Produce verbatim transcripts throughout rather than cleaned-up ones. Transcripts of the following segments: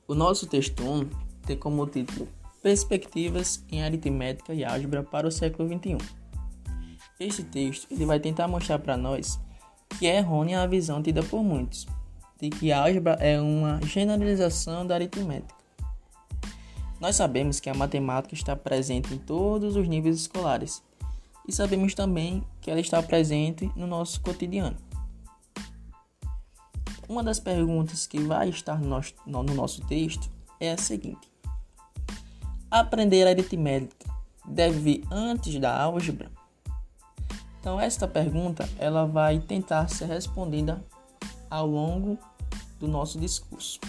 O nosso texto um tem como título Perspectivas em Aritmética e Álgebra para o século vinte e um. Este texto ele vai tentar mostrar para nós que é errônea a visão tida por muitos, de que a álgebra é uma generalização da aritmética. Nós sabemos que a matemática está presente em todos os níveis escolares e sabemos também que ela está presente no nosso cotidiano. Uma das perguntas que vai estar no nosso, no nosso texto é a seguinte: aprender aritmética deve vir antes da álgebra? Então, esta pergunta ela vai tentar ser respondida ao longo do nosso discurso.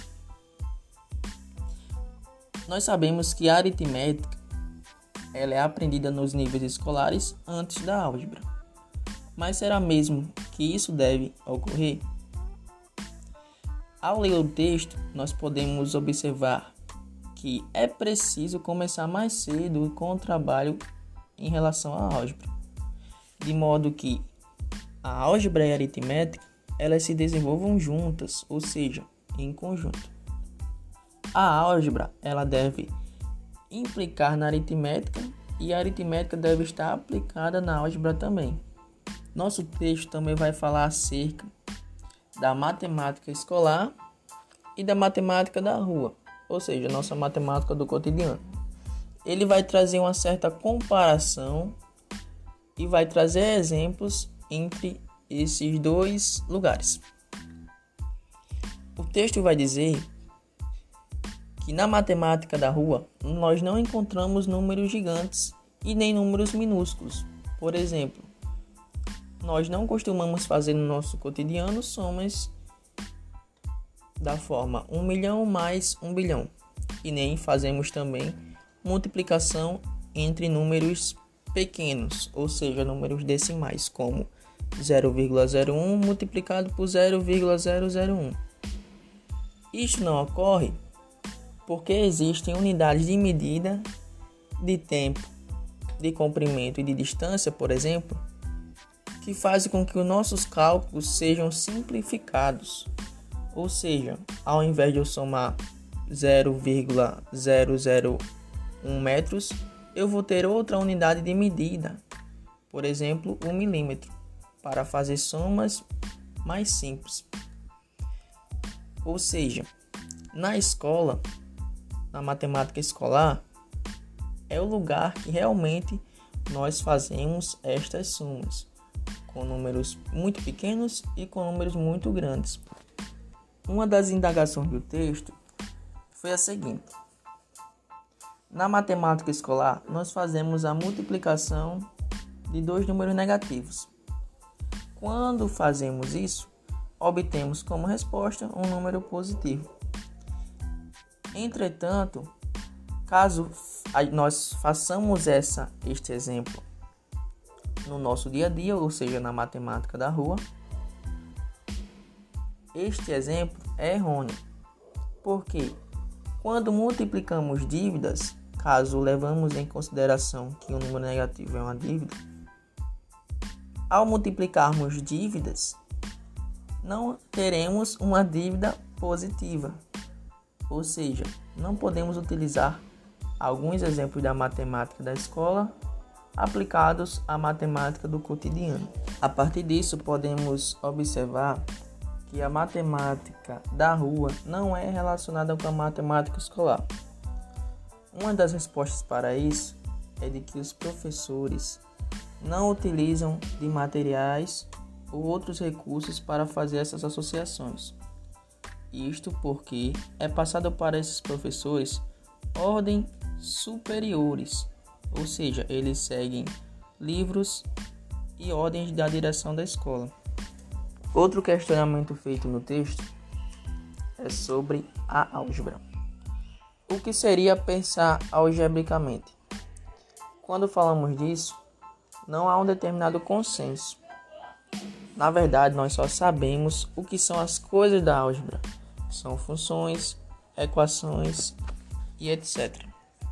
Nós sabemos que a aritmética ela é aprendida nos níveis escolares antes da álgebra. Mas será mesmo que isso deve ocorrer? Ao ler o texto, nós podemos observar que é preciso começar mais cedo com o trabalho em relação à álgebra, de modo que a álgebra e a aritmética elas se desenvolvam juntas, ou seja, em conjunto. A álgebra ela deve implicar na aritmética e a aritmética deve estar aplicada na álgebra também. Nosso texto também vai falar acerca da matemática escolar e da matemática da rua, ou seja, nossa matemática do cotidiano. Ele vai trazer uma certa comparação e vai trazer exemplos entre esses dois lugares. O texto vai dizer que na matemática da rua nós não encontramos números gigantes e nem números minúsculos. Por exemplo, nós não costumamos fazer no nosso cotidiano somas da forma um milhão mais um bilhão. E nem fazemos também multiplicação entre números pequenos, ou seja, números decimais, como zero vírgula zero um multiplicado por zero vírgula zero zero um. Isto não ocorre porque existem unidades de medida de tempo, de comprimento e de distância, por exemplo, que fazem com que os nossos cálculos sejam simplificados. Ou seja, ao invés de eu somar zero vírgula zero zero um metros, eu vou ter outra unidade de medida, por exemplo, um milímetro, para fazer somas mais simples. Ou seja, na escola, na matemática escolar, é o lugar que realmente nós fazemos estas somas, com números muito pequenos e com números muito grandes. Uma das indagações do texto foi a seguinte: na matemática escolar, nós fazemos a multiplicação de dois números negativos. Quando fazemos isso, obtemos como resposta um número positivo. Entretanto, caso nós façamos essa, este exemplo no nosso dia a dia, ou seja, na matemática da rua, este exemplo é errôneo. Porque quando multiplicamos dívidas, caso levamos em consideração que o número negativo é uma dívida, ao multiplicarmos dívidas, não teremos uma dívida positiva. Ou seja, não podemos utilizar alguns exemplos da matemática da escola aplicados à matemática do cotidiano. A partir disso, podemos observar que a matemática da rua não é relacionada com a matemática escolar. Uma das respostas para isso é de que os professores não utilizam de materiais ou outros recursos para fazer essas associações. Isto porque é passado para esses professores ordens superiores, ou seja, eles seguem livros e ordens da direção da escola. Outro questionamento feito no texto é sobre a álgebra. O que seria pensar algebricamente? Quando falamos disso, não há um determinado consenso. Na verdade, nós só sabemos o que são as coisas da álgebra. São funções, equações e etcétera.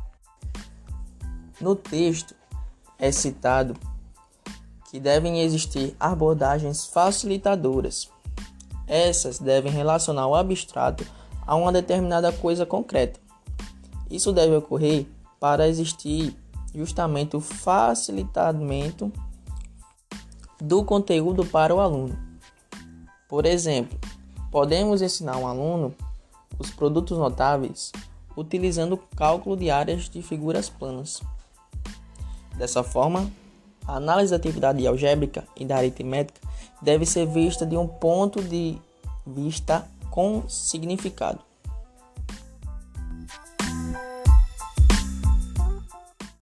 No texto é citado que devem existir abordagens facilitadoras. Essas devem relacionar o abstrato a uma determinada coisa concreta. Isso deve ocorrer para existir justamente o facilitamento do conteúdo para o aluno. Por exemplo, podemos ensinar um aluno os produtos notáveis utilizando o cálculo de áreas de figuras planas. Dessa forma, a análise da atividade algébrica e da aritmética deve ser vista de um ponto de vista com significado.